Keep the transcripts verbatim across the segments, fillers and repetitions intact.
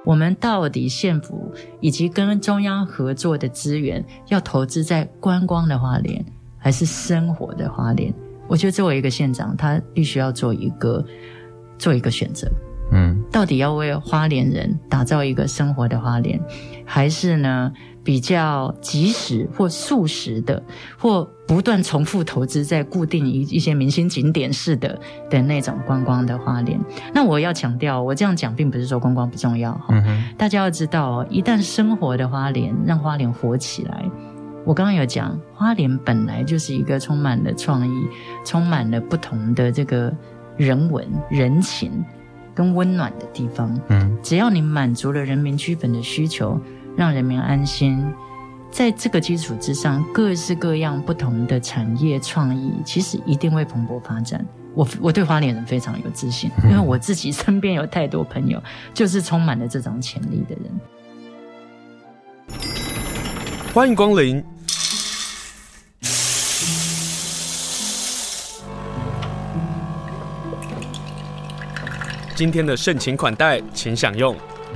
我们到底县府以及跟中央合作的资源要投资在观光的花莲还是生活的花莲？我觉得作为一个县长，他必须要做一个做一个选择。嗯，到底要为花莲人打造一个生活的花莲，还是呢比较及时或速食的，或不断重复投资在固定一一些明星景点式的的那种观光的花莲？那我要强调，我这样讲并不是说观光不重要，嗯，大家要知道，一旦生活的花莲让花莲活起来，我刚刚有讲，花莲本来就是一个充满了创意，充满了不同的这个人文人情跟温暖的地方。嗯，只要你满足了人民基本的需求，让人民安心，在这个基础之上，各式各样不同的产业创意其实一定会蓬勃发展。我我对花莲人非常有自信，因为我自己身边有太多朋友就是充满了这种潜力的人。 欢迎光临。今天的盛情款待，请享用。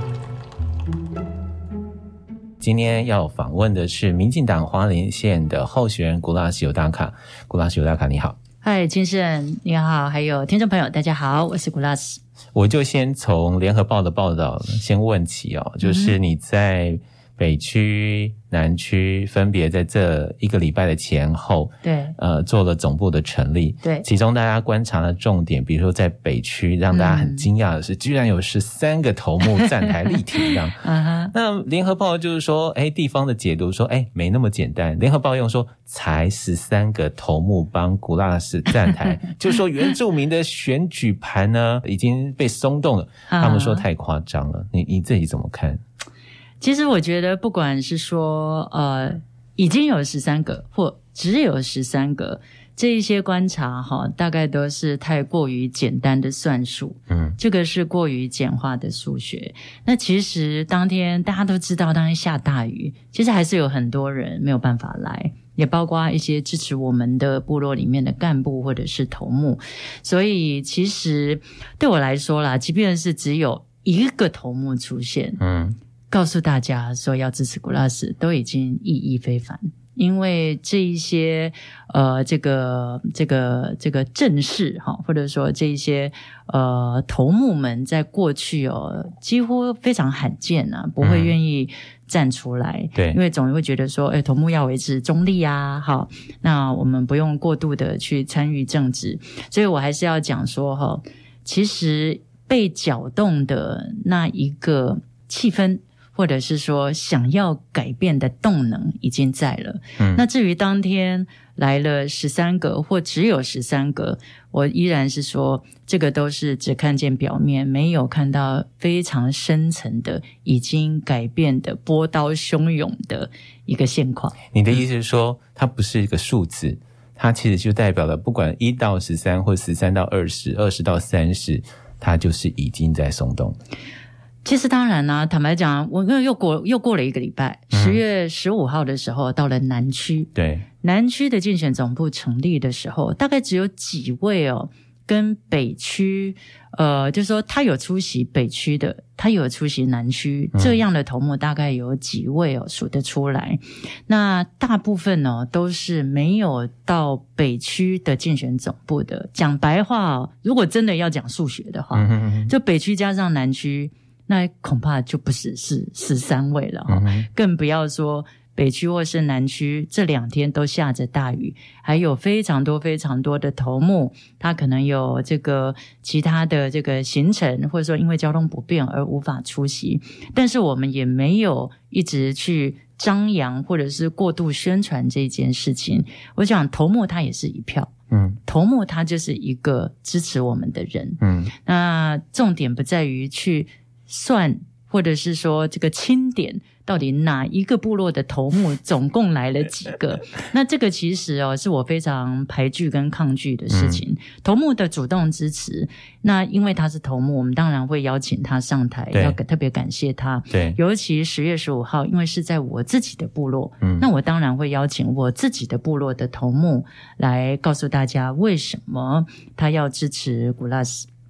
今天要访问的是民进党花莲县的候选人古拉西尤达卡。古拉西尤达卡，你好。 嗨，金盛你好，还有听众朋友大家好，我是古拉西。 我就先从联合报的报道先问起哦，就是你在北区、南区分别在这一个礼拜的前后，对，呃，做了总部的成立。对，其中大家观察的重点，比如说在北区，让大家很惊讶的是，嗯、居然有十三个头目站台立体这样。uh-huh. 那联合报就是说，哎，地方的解读说，哎，没那么简单。联合报用说，才十三个头目帮古拉斯站台，就是说原住民的选举盘呢已经被松动了。Uh-huh. 他们说太夸张了，你你自己怎么看？ 其实我觉得不管是说呃已经有十三个或只有十三个，这一些观察哈，大概都是太过于简单的算术，嗯，这个是过于简化的数学。那其实当天大家都知道，当天下大雨，其实还是有很多人没有办法来，也包括一些支持我们的部落里面的干部或者是头目。所以其实对我来说啦，即便是只有一个头目出现，嗯，告诉大家说要支持古拉斯，都已经意义非凡。因为这一些呃，这个这个这个正式哈，或者说这一些呃头目们，在过去哦，几乎非常罕见啊，不会愿意站出来。对、嗯，因为总会觉得说，哎，头目要维持中立啊，好，那我们不用过度的去参与政治。所以我还是要讲说哈，其实被搅动的那一个气氛，或者是说想要改变的动能已经在了。嗯，那至于当天来了十三个或只有十三个，我依然是说这个都是只看见表面，没有看到非常深层的已经改变的波涛汹涌的一个现况。 你的意思是说它不是一个数字，它其实就代表了不管一到十三或十三到二十，二十到三十，它就是已经在松动。 其实当然啦、啊，坦白讲，我又过又过了一个礼拜，十月十五号的时候到了南区，对，南区的竞选总部成立的时候，大概只有几位哦，跟北区，呃，就是说他有出席北区的，他有出席南区，这样的头目大概有几位哦，数得出来。那大部分哦都是没有到北区的竞选总部的。讲白话哦，如果真的要讲数学的话，嗯、就北区加上南区。那恐怕就不只是十三位了哈、嗯，更不要说北区或是南区这两天都下着大雨，还有非常多非常多的头目，他可能有这个其他的这个行程，或者说因为交通不便而无法出席。但是我们也没有一直去张扬或者是过度宣传这件事情。我想头目他也是一票。嗯，头目他就是一个支持我们的人。嗯，那重点不在于去算，或者是说这个清点到底哪一个部落的头目总共来了几个那这个其实哦是我非常排拒跟抗拒的事情、嗯、头目的主动支持，那因为他是头目，我们当然会邀请他上台，要特别感谢他。对，尤其十月十五号因为是在我自己的部落、嗯、那我当然会邀请我自己的部落的头目来告诉大家为什么他要支持古拉斯。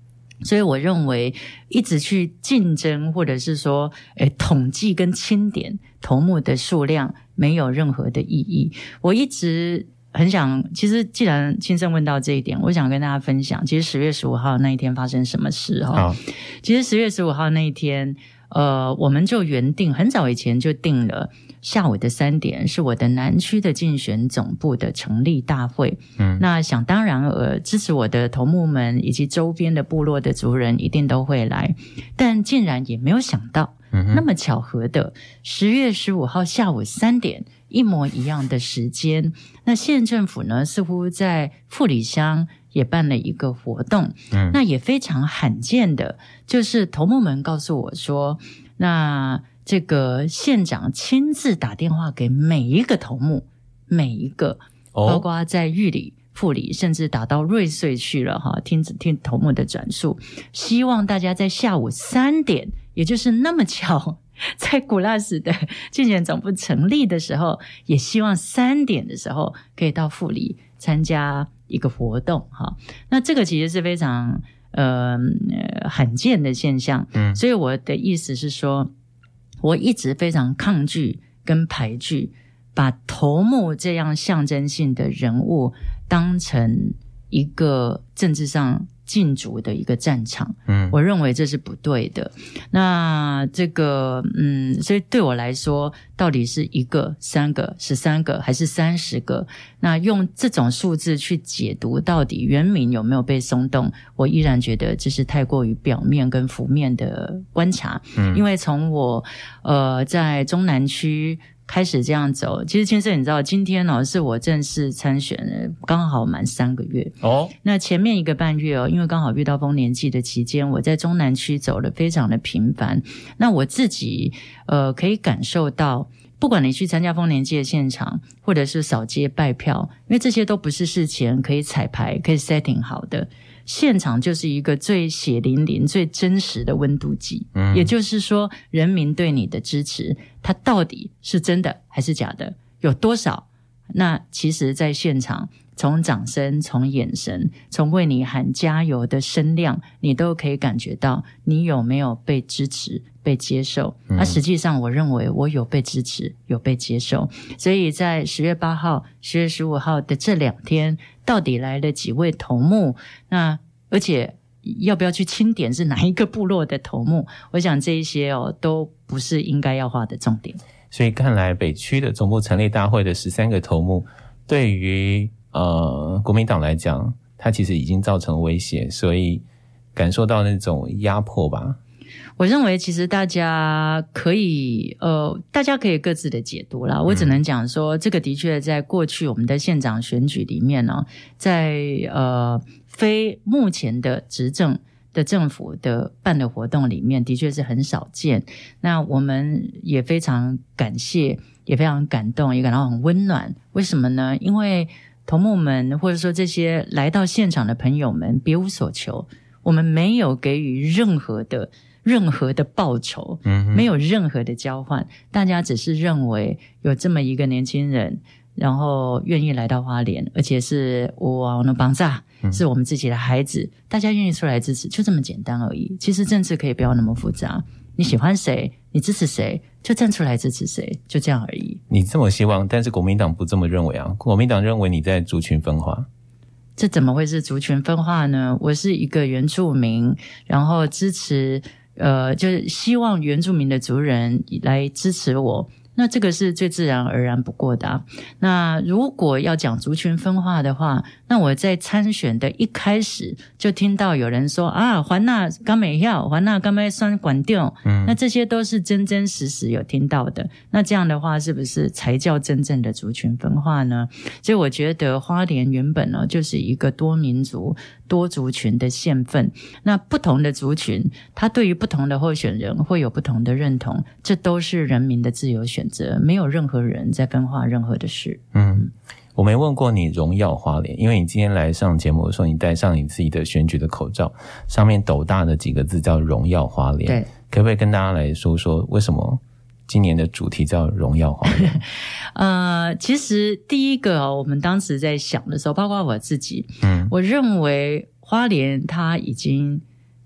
所以我认为一直去竞争或者是说诶统计跟清点头目的数量没有任何的意义。我一直很想，其实既然先生问到这一点，我想跟大家分享其实十月十五号那一天发生什么事哈。其实十月十五号那一天呃，我们就原定很早以前就定了下午的三点是我的南区的竞选总部的成立大会。嗯，那想当然呃，支持我的头目们以及周边的部落的族人一定都会来，但竟然也没有想到，嗯，那么巧合的十月十五号下午三点一模一样的时间，那县政府呢似乎在富里乡也办了一个活动。嗯，那也非常罕见的就是头目们告诉我说，那这个县长亲自打电话给每一个头目，每一个，哦，包括在玉里、富里，甚至打到瑞穗去了哈，听听头目的转述，希望大家在下午三点，也就是那么巧，在古拉斯的竞选总部成立的时候，也希望三点的时候可以到富里参加一个活动哈。那这个其实是非常呃罕见的现象，嗯，所以我的意思是说，我一直非常抗拒跟排拒把头目这样象征性的人物当成一个政治上竞逐的一个战场，嗯，我认为这是不对的。那这个嗯，所以对我来说，到底是一个、三个、十三个还是三十个？那用这种数字去解读到底原民有没有被松动，我依然觉得这是太过于表面跟浮面的观察。嗯，因为从我呃在中南区开始这样走，其实先生你知道今天哦是我正式参选刚好满三个月哦。那前面一个半月哦，因为刚好遇到丰年祭的期间，我在中南区走得非常的频繁。那我自己呃可以感受到，不管你去参加丰年祭的现场，或者是扫街拜票，因为这些都不是事前可以彩排可以 setting 好的，现场就是一个最血淋淋最真实的温度计，嗯，也就是说人民对你的支持它到底是真的还是假的，有多少。那其实在现场从掌声从眼神从为你喊加油的声量，你都可以感觉到你有没有被支持被接受。那、嗯啊、实际上我认为我有被支持有被接受。所以在十月八号十月十五号的这两天，到底来了几位头目，那而且要不要去清点是哪一个部落的头目，我想这一些哦都不是应该要画的重点。 所以看来北区的总部成立大会的十三个头目对于呃国民党来讲，它其实已经造成威胁，所以感受到那种压迫吧。 我认为其实大家可以呃，大家可以各自的解读啦。我只能讲说，这个的确在过去我们的县长选举里面呢，在呃非目前的执政的政府的办的活动里面，的确是很少见。那我们也非常感谢，也非常感动，也感到很温暖。为什么呢？因为头目们或者说这些来到现场的朋友们别无所求，我们没有给予任何的任何的报酬，嗯，没有任何的交换，大家只是认为有这么一个年轻人，然后愿意来到花莲，而且是我的帮炸，是我们自己的孩子，大家愿意出来支持，就这么简单而已。其实政治可以不要那么复杂，你喜欢谁，你支持谁，就站出来支持谁，就这样而已。 你这么希望，但是国民党不这么认为啊！国民党认为你在族群分化。 这怎么会是族群分化呢？我是一个原住民，然后支持呃，就是希望原住民的族人来支持我，那这个是最自然而然不过的啊。那如果要讲族群分化的话，那我在参选的一开始就听到有人说啊，环那刚没要，环那刚没算管掉，嗯，那这些都是真真实实有听到的。那这样的话，是不是才叫真正的族群分化呢？所以我觉得花莲原本呢就是一个多民族多族群的县份，那不同的族群，他对于不同的候选人会有不同的认同，这都是人民的自由选择，没有任何人在分化任何的事。 嗯，我没问过你荣耀花莲，因为你今天来上节目的时候，你戴上你自己的选举的口罩，上面斗大的几个字叫荣耀花莲。对，可不可以跟大家来说说为什么今年的主题叫荣耀花莲？ 呃，其实第一个哦，我们当时在想的时候，包括我自己，嗯，我认为花莲它已经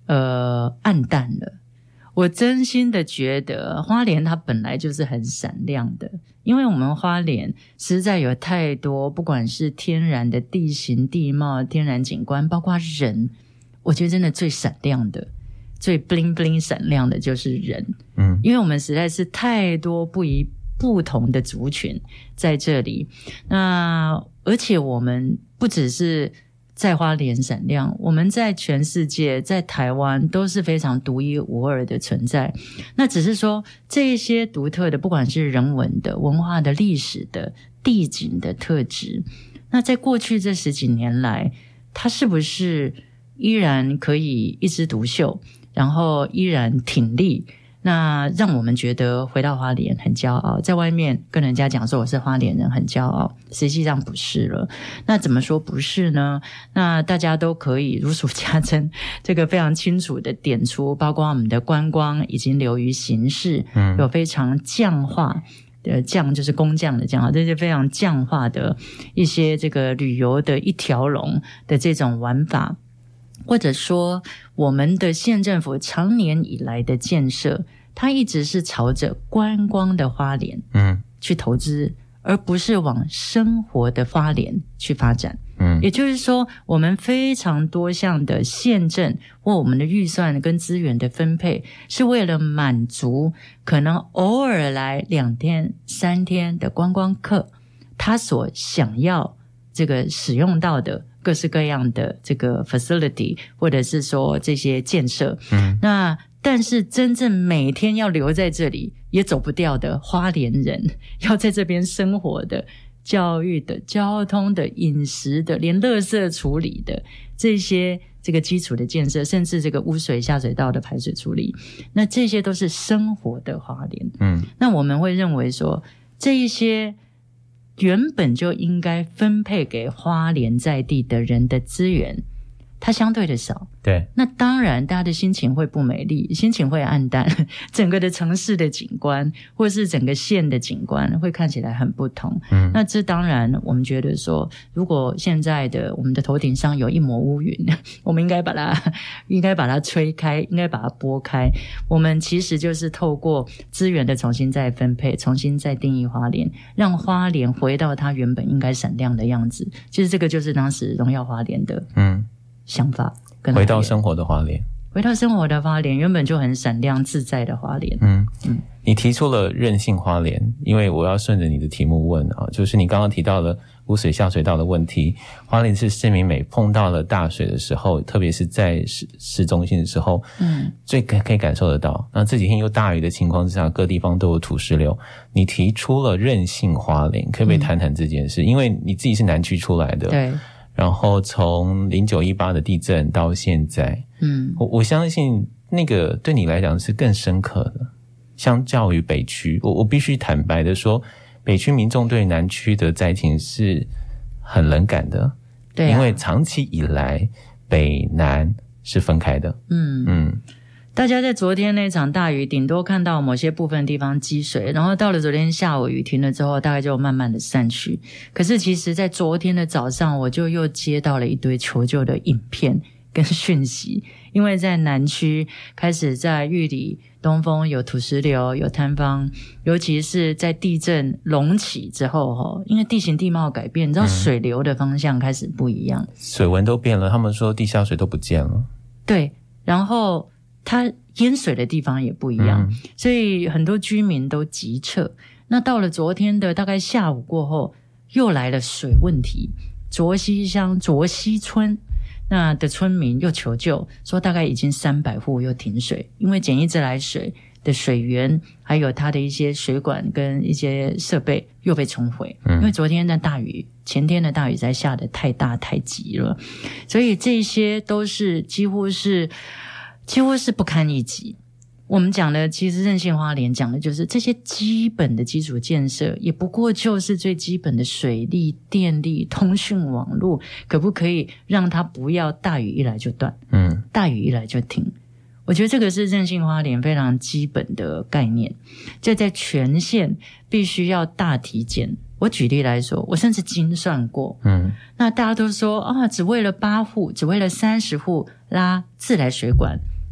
呃暗淡了。我真心的觉得花莲它本来就是很闪亮的，因为我们花莲实在有太多不管是天然的地形地貌天然景观，包括人，我觉得真的最闪亮的最 bling bling 闪亮的就是人。嗯，因为我们实在是太多不一不同的族群在这里，那而且我们不只是在花莲闪亮，我们在全世界在台湾都是非常独一无二的存在。那只是说这一些独特的不管是人文的文化的历史的地景的特质，那在过去这十几年来它是不是依然可以一枝独秀，然后依然挺立，那让我们觉得回到花莲很骄傲，在外面跟人家讲说我是花莲人很骄傲，实际上不是了。那怎么说不是呢？那大家都可以如数家珍，这个非常清楚的点出，包括我们的观光已经流于形式，嗯，有非常匠化的匠就是工匠的匠，这些非常匠化的一些这个旅游的一条龙的这种玩法，或者说我们的县政府长年以来的建设，它一直是朝着观光的花莲嗯去投资，而不是往生活的花莲去发展。嗯，也就是说我们非常多项的县政或我们的预算跟资源的分配，是为了满足可能偶尔来两天三天的观光客他所想要这个使用到的各式各样的这个 facility 或者是说这些建设。嗯，那但是真正每天要留在这里也走不掉的花莲人，要在这边生活的教育的交通的饮食的连垃圾处理的这些这个基础的建设，甚至这个污水下水道的排水处理，那这些都是生活的花莲。嗯，那我们会认为说这一些原本就应该分配给花莲在地的人的资源它相对的少， 对， 那当然大家的心情会不美丽，心情会暗淡，整个的城市的景观或是整个县的景观会看起来很不同。嗯，那这当然我们觉得说如果现在的我们的头顶上有一抹乌云，我们应该把它应该把它吹开，应该把它拨开，我们其实就是透过资源的重新再分配，重新再定义花莲，让花莲回到它原本应该闪亮的样子。其实这个就是当时荣耀花莲的嗯想法， 回到生活的花莲， 回到生活的花莲，原本就很闪亮自在的花莲。嗯嗯，你提出了韧性花莲，因为我要顺着你的题目问啊，就是你刚刚提到了污水下水道的问题，花莲市市民每碰到了大水的时候，特别是在市市中心的时候，嗯，最可以感受得到。那这几天又大雨的情况之下，各地方都有土石流。你提出了韧性花莲，可不可以谈谈这件事？嗯，因为你自己是南区出来的， 对。 然后从零九一八的地震到现在，嗯，我我相信那个对你来讲是更深刻的，相较于北区，我我必须坦白的说，北区民众对南区的灾情是很冷感的， 对啊， 因为长期以来北南是分开的，嗯嗯。 大家在昨天那场大雨顶多看到某些部分地方积水，然后到了昨天下午雨停了之后大概就慢慢的散去。可是其实在昨天的早上我就又接到了一堆求救的影片跟讯息，因为在南区开始在玉里东风有土石流有坍方，尤其是在地震隆起之后，因为地形地貌改变，你知道水流的方向开始不一样， 嗯，水文都变了，他们说地下水都不见了， 对，然后它淹水的地方也不一样，嗯，所以很多居民都急撤。那到了昨天的大概下午过后，又来了水问题，卓溪乡卓溪村那的村民又求救，说大概已经三百户又停水，因为简易自来水的水源还有它的一些水管跟一些设备又被冲毁，嗯，因为昨天的大雨前天的大雨在下得太大太急了，所以这些都是几乎是几乎是不堪一击。我们讲的其实韧性花莲讲的就是这些基本的基础建设，也不过就是最基本的水利、电力、通讯网络，可不可以让它不要大雨一来就断，嗯，大雨一来就停。我觉得这个是韧性花莲非常基本的概念，这在全县必须要大体检。我举例来说，我甚至精算过，嗯，那大家都说啊，只为了八户，只为了三十户拉自来水管，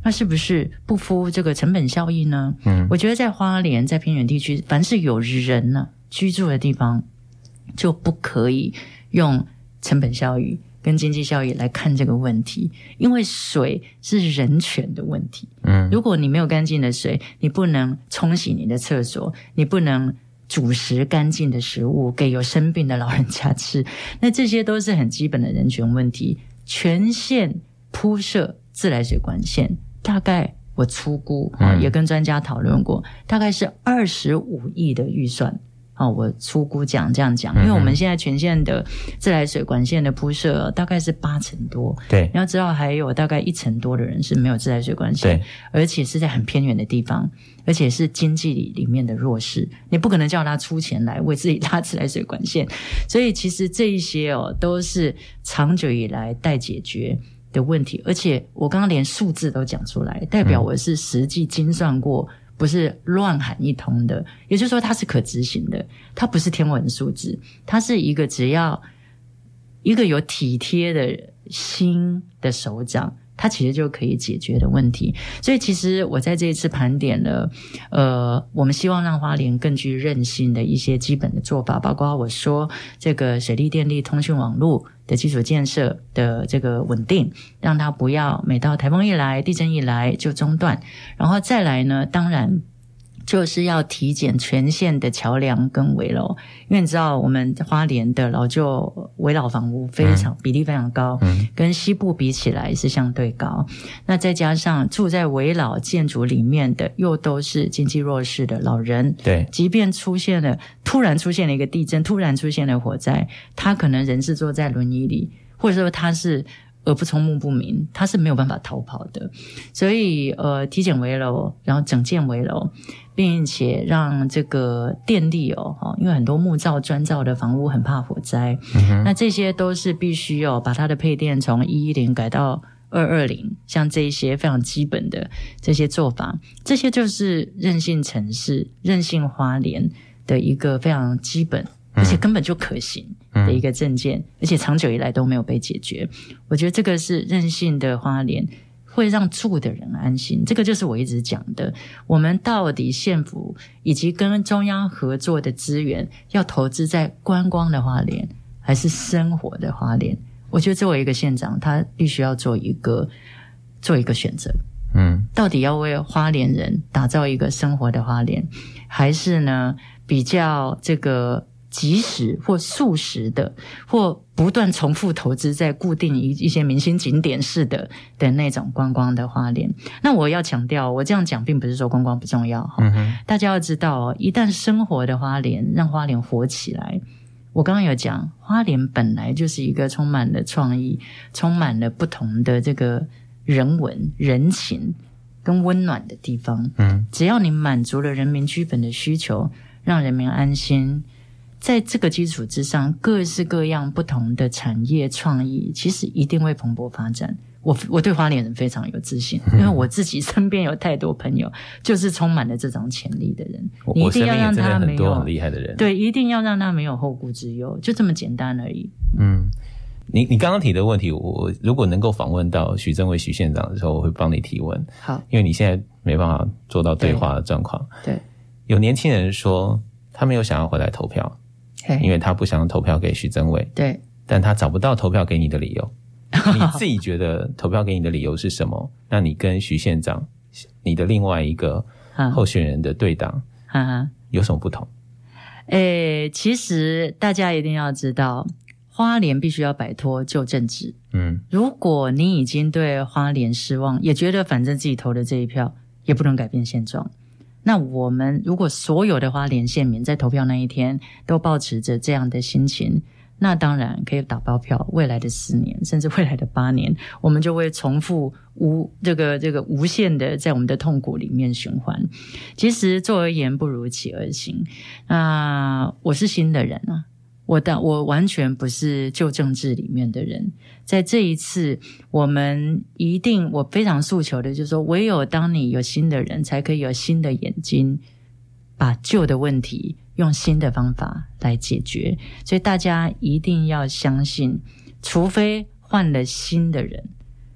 那是不是不符这个成本效益呢？嗯，我觉得在花莲，在偏远地区，凡是有人呢、啊、居住的地方，就不可以用成本效益跟经济效益来看这个问题，因为水是人权的问题。嗯，如果你没有干净的水，你不能冲洗你的厕所，你不能煮食干净的食物给有生病的老人家吃，那这些都是很基本的人权问题。全县铺设自来水管线，大概我粗估、嗯、也跟专家讨论过，大概是二十五亿的预算。哦，我粗估讲这样讲，因为我们现在全县的自来水管线的铺设大概是八成多，对，你要知道还有大概一成多的人是没有自来水管线，对，而且是在很偏远的地方，而且是经济里里面的弱势，你不可能叫他出钱来为自己拉自来水管线，所以其实这一些哦都是长久以来待解决的问题，而且我刚刚连数字都讲出来，代表我是实际精算过。嗯，不是乱喊一通的，也就是说它是可执行的，它不是天文数字，它是一个只要一个有体贴的心的首长，它其实就可以解决的问题。所以其实我在这一次盘点了呃，我们希望让花莲更具韧性的一些基本的做法，包括我说这个水利电力通讯网络的基础建设的这个稳定，让它不要每到台风一来地震一来就中断，然后再来呢当然就是要体检全县的桥梁跟围楼，因为你知道我们花莲的老旧围老房屋非常、嗯、比例非常高、嗯、跟西部比起来是相对高，那再加上住在围老建筑里面的又都是经济弱势的老人，对，即便出现了突然出现了一个地震，突然出现了火灾，他可能人是坐在轮椅里，或者说他是耳不聪目不明，他是没有办法逃跑的，所以呃，体检围楼，然后整建围楼，并且让这个电力哦，因为很多木造砖造的房屋很怕火灾、嗯、那这些都是必须哦，把它的配电从一一零改到二二零，像这一些非常基本的这些做法，这些就是韧性城市、韧性花莲的一个非常基本而且根本就可行的一个政见、嗯、而且长久以来都没有被解决，我觉得这个是韧性的花莲会让住的人安心，这个就是我一直讲的，我们到底县府以及跟中央合作的资源要投资在观光的花莲还是生活的花莲，我觉得作为一个县长他必须要做一个做一个选择，嗯，到底要为花莲人打造一个生活的花莲，还是呢比较这个即时或速食的，或不断重复投资在固定一一些明星景点式的的那种观光的花莲。那我要强调，我这样讲并不是说观光不重要、嗯、大家要知道，一旦生活的花莲让花莲活起来，我刚刚有讲，花莲本来就是一个充满了创意，充满了不同的这个人文人情跟温暖的地方。嗯，只要你满足了人民基本的需求，让人民安心，在这个基础之上，各式各样不同的产业创意其实一定会蓬勃发展。我我对花莲人非常有自信，因为我自己身边有太多朋友就是充满了这种潜力的人，你一定要让他没有，我身边也真的很多很厉害的人，对，一定要让他没有后顾之忧，就这么简单而已。嗯， 你你刚刚提的问题，我如果能够访问到许正伟许县长的时候，我会帮你提问。好，因为你现在没办法做到对话的状况。对，对，有年轻人说他没有想要回来投票，因为他不想投票给许正伟，对，但他找不到投票给你的理由。你自己觉得投票给你的理由是什么？那你跟许县长你的另外一个候选人的对党有什么不同？ 诶，其实大家一定要知道，花莲必须要摆脱旧政治。嗯，如果你已经对花莲失望，也觉得反正自己投的这一票也不能改变现状，那我们如果所有的花莲县民在投票那一天都抱持着这样的心情，那当然可以打包票，未来的四年甚至未来的八年，我们就会重复无这个这个无限的在我们的痛苦里面循环。其实坐而言不如起而行，那我是新的人啊，我的我完全不是旧政治里面的人。在这一次我们一定，我非常诉求的就是说，唯有当你有新的人才可以有新的眼睛，把旧的问题用新的方法来解决。所以大家一定要相信，除非换了新的人，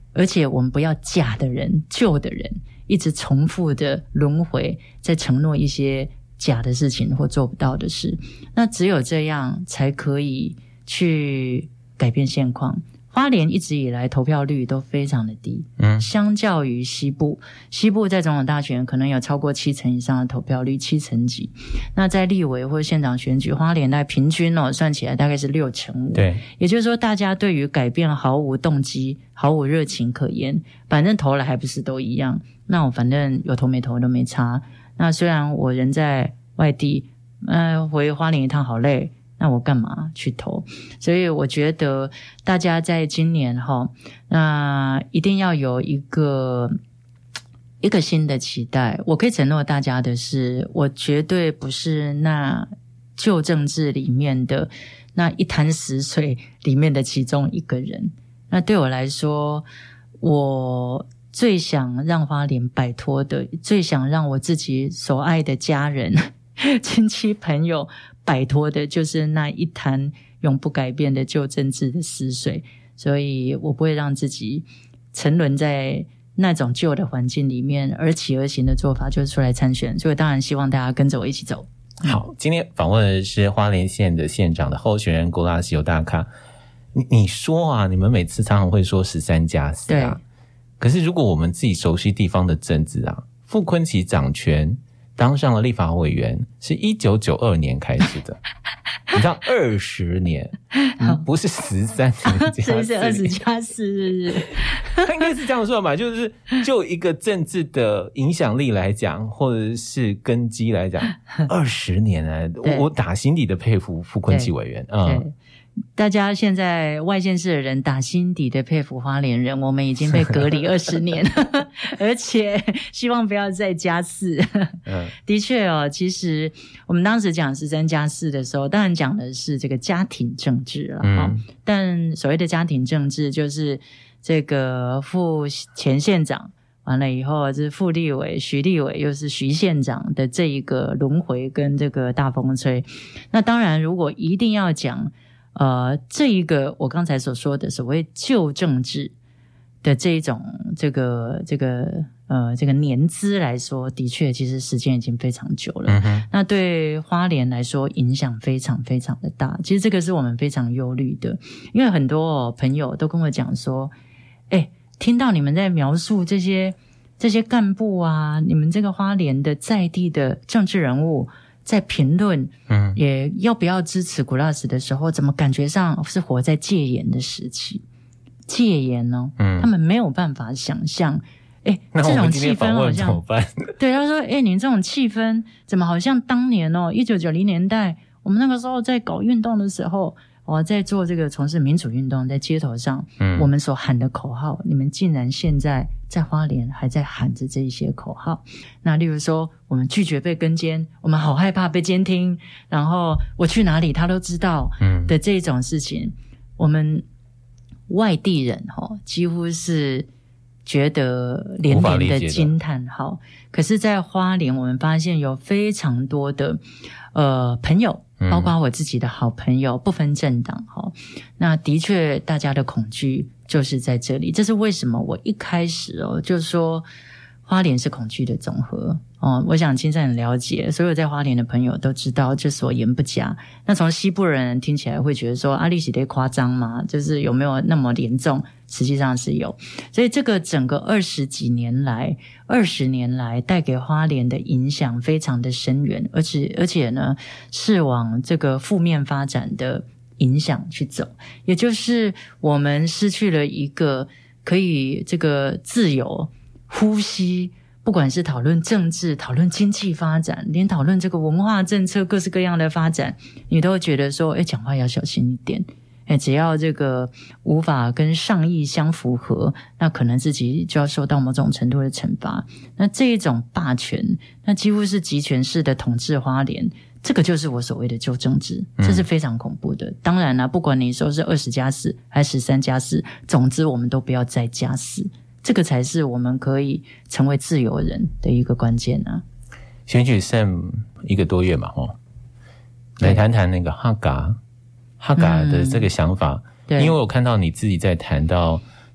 而且我们不要假的人旧的人一直重复的轮回，在承诺一些假的事情或做不到的事，那只有这样才可以去改变现况。花莲一直以来投票率都非常的低，嗯，相较于西部，西部在总统大选可能有超过七成以上的投票率，七成几。那在立委或县长选举，花莲大概平均哦算起来大概是六成五， 对， 也就是说大家对于改变毫无动机，毫无热情可言，反正投了还不是都一样，那我反正有投没投都没差。那虽然我人在外地，呃，回花莲一趟好累。那我干嘛去投？所以我觉得大家在今年齁，那一定要有一个一个新的期待。我可以承诺大家的是，我绝对不是那旧政治里面的那一潭死水里面的其中一个人。那对我来说，我最想让花莲摆脱的，最想让我自己所爱的家人、亲戚朋友摆脱的，就是那一潭永不改变的旧政治的死水。所以我不会让自己沉沦在那种旧的环境里面，而起而行的做法就是出来参选。所以当然希望大家跟着我一起走。 好，今天访问的是花莲县的县长的候选人古拉西尤大咖。你你说啊，你们每次常常会说十三加四啊，对，可是如果我们自己熟悉地方的政治啊，傅崑萁掌权当上了立法委员是一九九二年开始的，你知道二十年，不是十三年加四， 所以是二十加四，是不是？ 他应该是这样说嘛，就是就一个政治的影响力来讲，或者是根基来讲，二十年来，我打心底的佩服傅崑萁委员啊。嗯， 大家现在外县市的人打心底的佩服花莲人，我们已经被隔离二十年了，而且希望不要再加四。嗯，的确哦，其实我们当时讲十三加四的时候，当然讲的是这个家庭政治了，嗯，但所谓的家庭政治就是这个副前县长完了以后，这是副立委徐立委又是徐县长的这一个轮回跟这个大风吹。那当然如果一定要讲呃，这一个我刚才所说的所谓旧政治的这一种这个这个呃这个年资来说，的确其实时间已经非常久了，嗯，那对花莲来说影响非常非常的大。其实这个是我们非常忧虑的，因为很多，哦，朋友都跟我讲说，诶，听到你们在描述这些这些干部啊，你们这个花莲的在地的政治人物在评论，嗯，也要不要支持古拉斯的时候，怎么感觉上是活在戒严的时期？戒严呢，嗯，他们没有办法想象，哎，这种气氛好像怎么办？对，他说，哎，你这种气氛怎么好像当年哦，一九九零年代，我们那个时候在搞运动的时候，我在做这个从事民主运动，在街头上，嗯，我们所喊的口号，你们竟然现在在花莲还在喊着这一些口号。那例如说我们拒绝被跟监，我们好害怕被监听，然后我去哪里他都知道的这种事情，嗯，我们外地人齁几乎是觉得连连的惊叹号。可是在花莲我们发现有非常多的呃朋友，包括我自己的好朋友，不分政党齁，那的确大家的恐惧就是在这里。这是为什么我一开始哦就说花莲是恐惧的总和哦，我想青山很了解，所有在花莲的朋友都知道这所言不假。那从西部人听起来会觉得说，啊，你是在夸张吗？就是有没有那么严重？实际上是有。所以这个整个二十几年来，二十年来带给花莲的影响非常的深远，而且而且呢是往这个负面发展的影响去走，也就是我们失去了一个可以这个自由呼吸，不管是讨论政治，讨论经济发展，连讨论这个文化政策各式各样的发展，你都会觉得说，诶，讲话要小心一点，诶，只要这个无法跟上意相符合，那可能自己就要受到某种程度的惩罚。那这一种霸权，那几乎是集权式的统治花莲，这个就是我所谓的旧政治，这是非常恐怖的。嗯，当然啦，不管你说是二十加四还是十三加四，总之我们都不要再加四，这个才是我们可以成为自由人的一个关键啊。 选举剩一个多月嘛，哦，来谈谈那个哈嘎哈嘎的这个想法，嗯，因为我看到你自己在谈到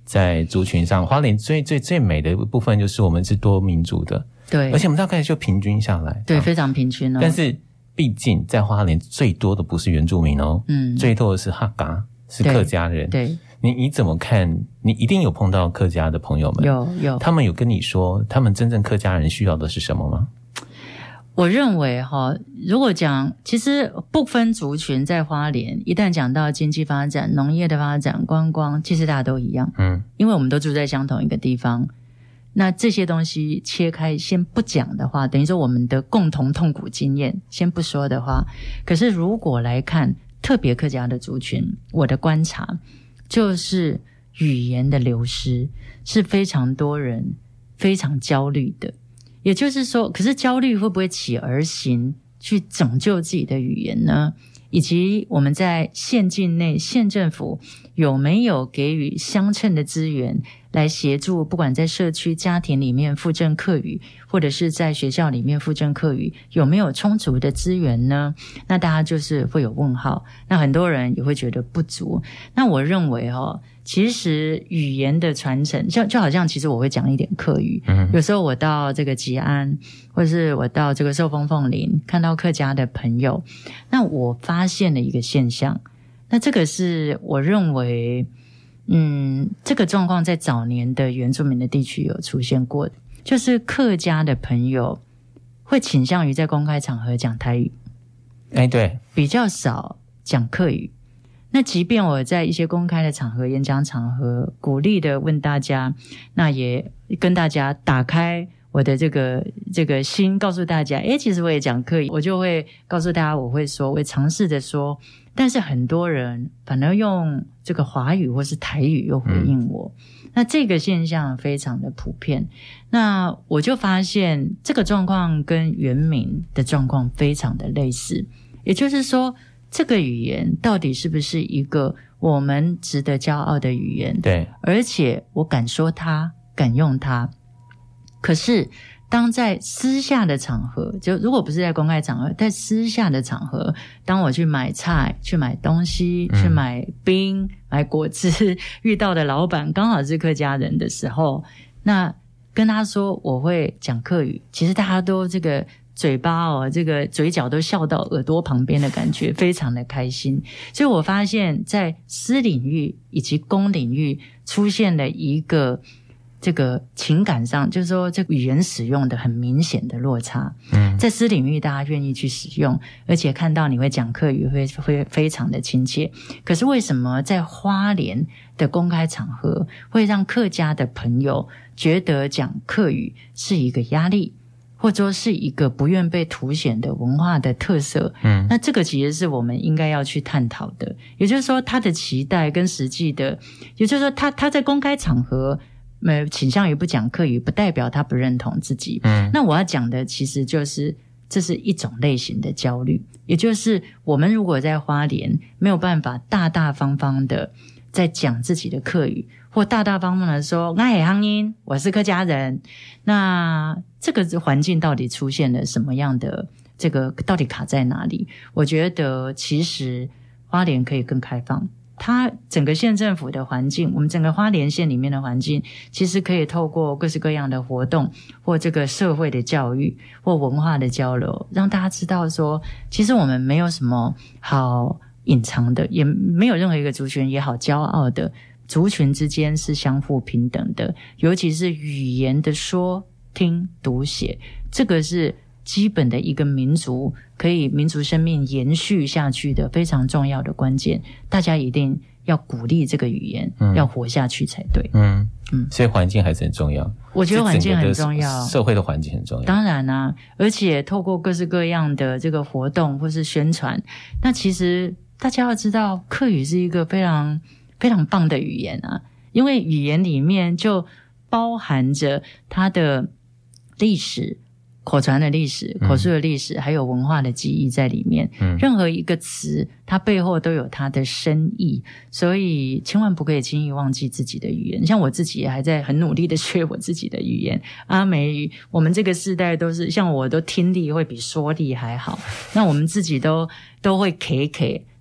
在族群上，花莲最最最美的部分就是我们是多民族的， 对， 而且我们大概就平均下来， 对，非常平均哦。 但是毕竟在花莲最多的不是原住民哦，嗯，最多的是哈嘎，是客家人。 对，对你你怎么看？你一定有碰到客家的朋友们， 有有， 他们有跟你说，他们真正客家人需要的是什么吗？ 我认为哈，如果讲其实不分族群，在花莲一旦讲到经济发展、农业的发展、观光，其实大家都一样，嗯，因为我们都住在相同一个地方。那这些东西切开先不讲的话，等于说我们的共同痛苦经验先不说的话，可是如果来看特别客家的族群，我的观察就是语言的流失是非常多人非常焦虑的。也就是说，可是焦虑会不会起而行去拯救自己的语言呢？以及我们在县境内县政府有没有给予相称的资源来协助，不管在社区家庭里面复振客语，或者是在学校里面复振客语，有没有充足的资源呢？那大家就是会有问号，那很多人也会觉得不足。那我认为哦，其实语言的传承就就好像其实我会讲一点客语，嗯，有时候我到这个吉安，或者是我到这个寿丰凤林，看到客家的朋友，那我发现了一个现象，那这个是我认为嗯，这个状况在早年的原住民的地区有出现过的，就是客家的朋友会倾向于在公开场合讲台语， 哎，对， 比较少讲客语。那即便我在一些公开的场合、演讲场合，鼓励的问大家，那也跟大家打开我的这个这个心，告诉大家，诶，其实我也讲客语，我就会告诉大家，我会说，我会尝试着说，但是很多人反而用这个华语或是台语又回应我，嗯，那这个现象非常的普遍。那我就发现这个状况跟原民的状况非常的类似，也就是说，这个语言到底是不是一个我们值得骄傲的语言？ 对， 而且我敢说它，敢用它。可是当在私下的场合，就如果不是在公开场合，在私下的场合，当我去买菜、去买东西、嗯、去买冰、买果汁，遇到的老板刚好是客家人的时候，那跟他说我会讲客语，其实大家都这个嘴巴哦，这个嘴角都笑到耳朵旁边的感觉，非常的开心。所以我发现在私领域以及公领域出现了一个这个情感上，就是说这个语言使用的很明显的落差。嗯，在私领域大家愿意去使用，而且看到你会讲客语会会非常的亲切。可是为什么在花莲的公开场合会让客家的朋友觉得讲客语是一个压力，或者说是一个不愿被凸显的文化的特色？嗯，那这个其实是我们应该要去探讨的。也就是说，他的期待跟实际的，也就是说他他在公开场合呃，倾向于不讲客语，不代表他不认同自己。嗯，那我要讲的其实就是这是一种类型的焦虑，也就是我们如果在花莲没有办法大大方方的在讲自己的客语，或大大方方的说我是乡音，我是客家人，那这个环境到底出现了什么样的，这个到底卡在哪里？我觉得其实花莲可以更开放，它整个县政府的环境，我们整个花莲县里面的环境，其实可以透过各式各样的活动，或这个社会的教育，或文化的交流，让大家知道说，其实我们没有什么好隐藏的，也没有任何一个族群也好骄傲的，族群之间是相互平等的，尤其是语言的说、听、读、写，这个是基本的一个民族可以民族生命延续下去的非常重要的关键，大家一定要鼓励这个语言、嗯、要活下去才对。嗯嗯，所以环境还是很重要。 我觉得环境很重要， 社会的环境很重要。 当然啊，而且透过各式各样的这个活动或是宣传，那其实大家要知道，客语是一个非常非常棒的语言啊，因为语言里面就包含着它的历史、口传的历史、口述的历史、嗯、还有文化的记忆在里面、嗯、任何一个词它背后都有它的深意，所以千万不可以轻易忘记自己的语言。像我自己也还在很努力的学我自己的语言，阿美语，我们这个世代都是，像我都听力会比说力还好，那我们自己都都会 K K，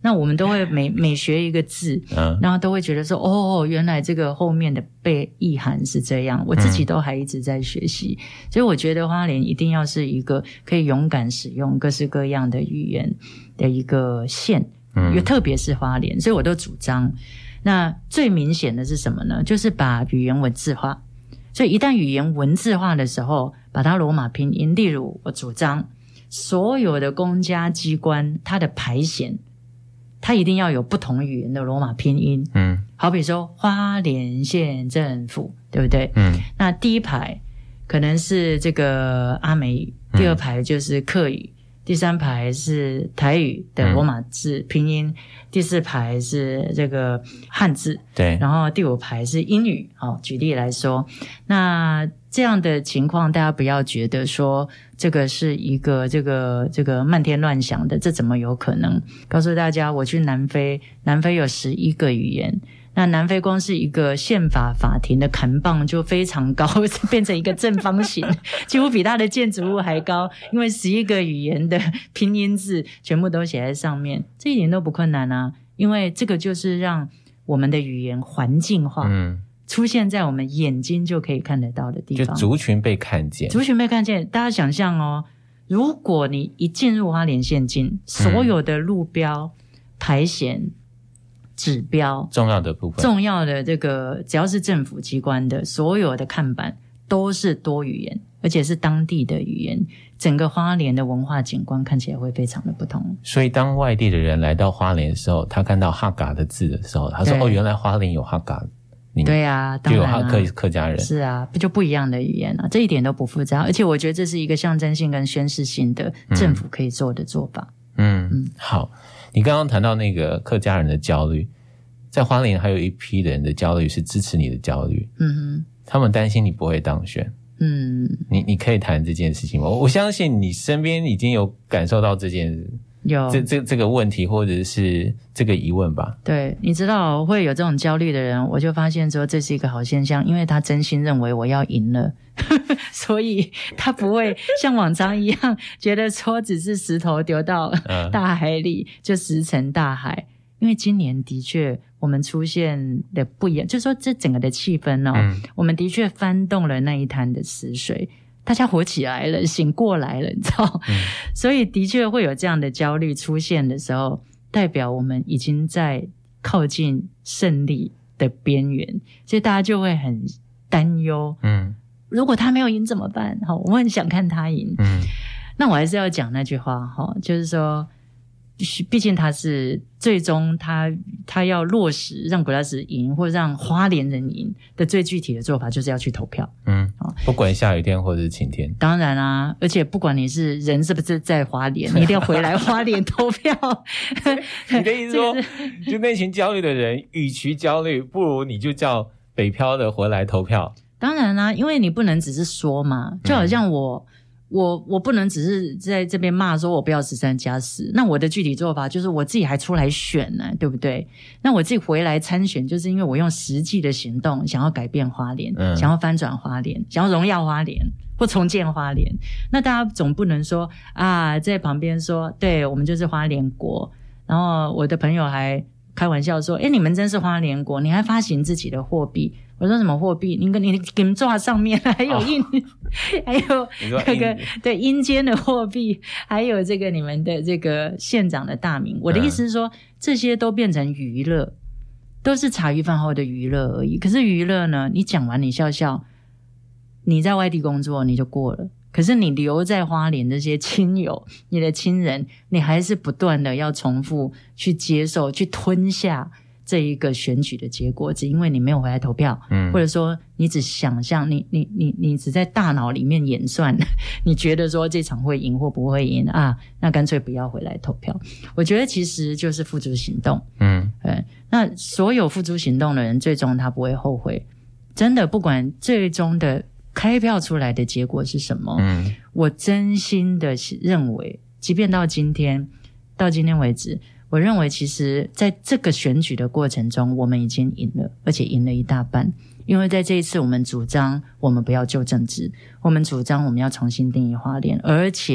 那我们都会每每学一个字，嗯，然后都会觉得说，哦，原来这个后面的背意涵是这样，我自己都还一直在学习，嗯，所以我觉得花莲一定要是一个可以勇敢使用各式各样的语言的一个县，嗯，特别是花莲，所以我都主张。那最明显的是什么呢？就是把语言文字化。所以一旦语言文字化的时候，把它罗马拼音，例如我主张所有的公家机关它的排銜它一定要有不同语言的罗马拼音，嗯，好比说花莲县政府，对不对？嗯，那第一排可能是这个阿美语，第二排就是客语，嗯，第三排是台语的罗马字拼音，嗯，第四排是这个汉字，对，然后第五排是英语。好，举例来说，那这样的情况大家不要觉得说这个是一个这个这个漫天乱想的，这怎么有可能？告诉大家，我去南非，南非有十一个语言，那南非光是一个宪法法庭的砍棒就非常高，变成一个正方形，几乎比它的建筑物还高，因为十一个语言的拼音字全部都写在上面，这一点都不困难啊，因为这个就是让我们的语言环境化，嗯，出现在我们眼睛就可以看得到的地方， 就族群被看见， 族群被看见。大家想象哦，如果你一进入花莲县境，所有的路标、嗯、排銜、指标， 重要的部分， 重要的这个只要是政府机关的所有的看板都是多语言，而且是当地的语言，整个花莲的文化景观看起来会非常的不同。 所以当外地的人来到花莲的时候，他看到哈嘎的字的时候，他说哦，原来花莲有哈嘎， 对啊，当然啊， 就有 客, 客家人， 是啊，就不一样的语言啊，这一点都不复杂，而且我觉得这是一个象征性跟宣示性的政府可以做的做法。 嗯嗯，好，你刚刚谈到那个客家人的焦虑，在花莲还有一批人的焦虑是支持你的焦虑，嗯哼，他们担心你不会当选。嗯，你你可以谈这件事情吗？我相信你身边已经有感受到这件有这这这个问题或者是这个疑问吧。 对，你知道会有这种焦虑的人，我就发现说这是一个好现象，因为他真心认为我要赢了所以他不会像往常一样觉得说只是石头丢到大海里就石沉大海，因为今年的确我们出现的不一样，就是说这整个的气氛哦、嗯、我们的确翻动了那一滩的死水，大家活起来了，醒过来了，你知道、嗯、所以的确会有这样的焦虑出现的时候，代表我们已经在靠近胜利的边缘，所以大家就会很担忧，嗯，如果他没有赢怎么办？好，我很想看他赢，嗯，那我还是要讲那句话哈，就是说毕竟他是最终他他要落实让国家时赢或让花莲人赢的最具体的做法，就是要去投票。嗯， 不管下雨天或者是晴天。 当然啊，而且不管你是人是不是在花莲，你一定要回来花莲投票。 你的意思说，就那群焦虑的人，与其焦虑，不如你就叫北漂的回来投票。 当然啦、啊，因为你不能只是说嘛，就好像我。嗯我我不能只是在这边骂说我不要十三加四，那我的具体做法就是我自己还出来选呢，对不对？那我自己回来参选，就是因为我用实际的行动想要改变花莲、嗯、想要翻转花莲，想要荣耀花莲或重建花莲。那大家总不能说啊，在旁边说对我们就是花莲国，然后我的朋友还开玩笑说，诶，你们真是花莲国，你还发行自己的货币。我说什么货币？你跟你给们抓上面还有印、哦、还有那个对阴间的货币，还有这个你们的这个县长的大名。我的意思是说、嗯、这些都变成娱乐，都是茶余饭后的娱乐而已。可是娱乐呢，你讲完你笑笑，你在外地工作你就过了，可是你留在花莲这些亲友，你的亲人，你还是不断的要重复去接受，去吞下这一个选举的结果，只因为你没有回来投票，嗯，或者说你只想象，你你你你只在大脑里面演算，你觉得说这场会赢或不会赢啊，那干脆不要回来投票。我觉得其实就是付诸行动，嗯，对，那所有付诸行动的人，最终他不会后悔，真的，不管最终的开票出来的结果是什么，嗯，我真心的认为，即便到今天，到今天为止。我认为其实在这个选举的过程中我们已经赢了，而且赢了一大半，因为在这一次我们主张我们不要旧政治，我们主张我们要重新定义花莲，而且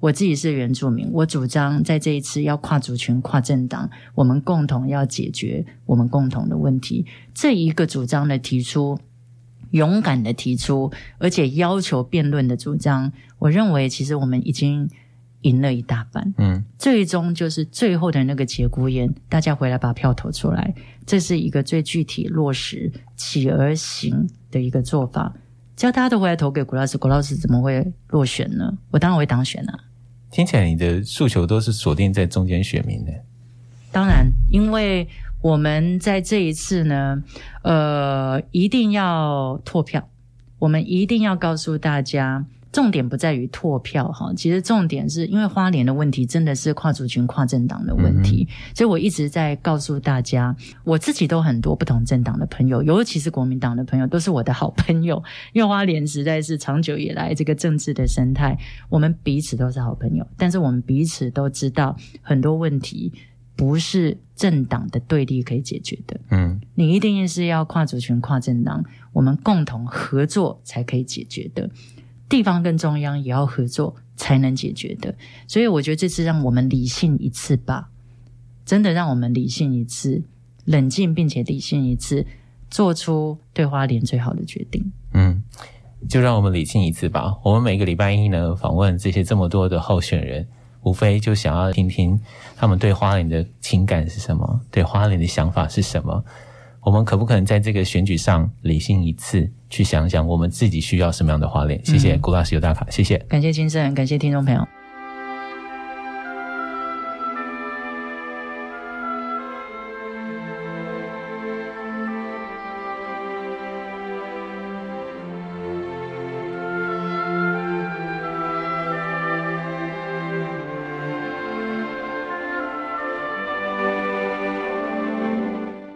我自己是原住民，我主张在这一次要跨族群、跨政党，我们共同要解决我们共同的问题。这一个主张的提出，勇敢的提出，而且要求辩论的主张，我认为其实我们已经赢了一大半。嗯，最终就是最后的那个节骨眼，大家回来把票投出来，这是一个最具体落实起而行的一个做法。只要大家都回来投给古老师，古老师怎么会落选呢？我当然会当选啊。 听起来你的诉求都是锁定在中间选民的。 当然，因为我们在这一次呢，呃，一定要拓票，我们一定要告诉大家，重点不在于拓票哈，其实重点是因为花莲的问题真的是跨族群、跨政党的问题，嗯，所以我一直在告诉大家，我自己都很多不同政党的朋友，尤其是国民党的朋友，都是我的好朋友。因为花莲实在是长久以来这个政治的生态，我们彼此都是好朋友，但是我们彼此都知道很多问题不是政党的对立可以解决的。嗯，你一定是要跨族群、跨政党，我们共同合作才可以解决的。地方跟中央也要合作才能解决的，所以我觉得这次让我们理性一次吧，真的让我们理性一次，冷静并且理性一次，做出对花莲最好的决定。嗯， 就让我们理性一次吧。我们每个礼拜一呢，访问这些这么多的候选人，无非就想要听听他们对花莲的情感是什么，对花莲的想法是什么。我们可不可能在这个选举上理性一次，去想想我们自己需要什么样的花莲？谢谢古老师尤大卡，谢谢， 感谢金盛，感谢听众朋友。